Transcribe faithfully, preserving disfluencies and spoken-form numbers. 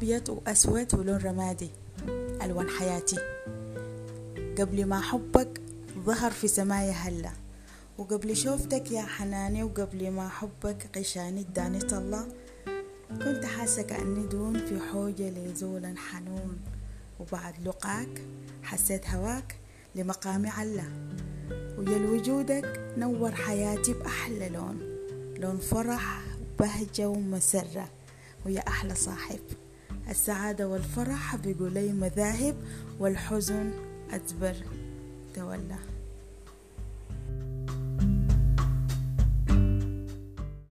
أبيض وأسود ولون رمادي، ألوان حياتي. قبل ما حبك ظهر في سمايا هلا، وقبل شوفتك يا حناني، وقبل ما حبك غشاني اداني الله. كنت حاسة كأني دون في حوجة لزولا حنون، وبعد لقاك حسيت هواك لمقامي علا. ويا وجودك نور حياتي بأحلى لون، لون فرح بهجة ومسرة. ويا أحلى صاحب، السعادة والفرح بيقولي مذاهب، والحزن أجبر تولى.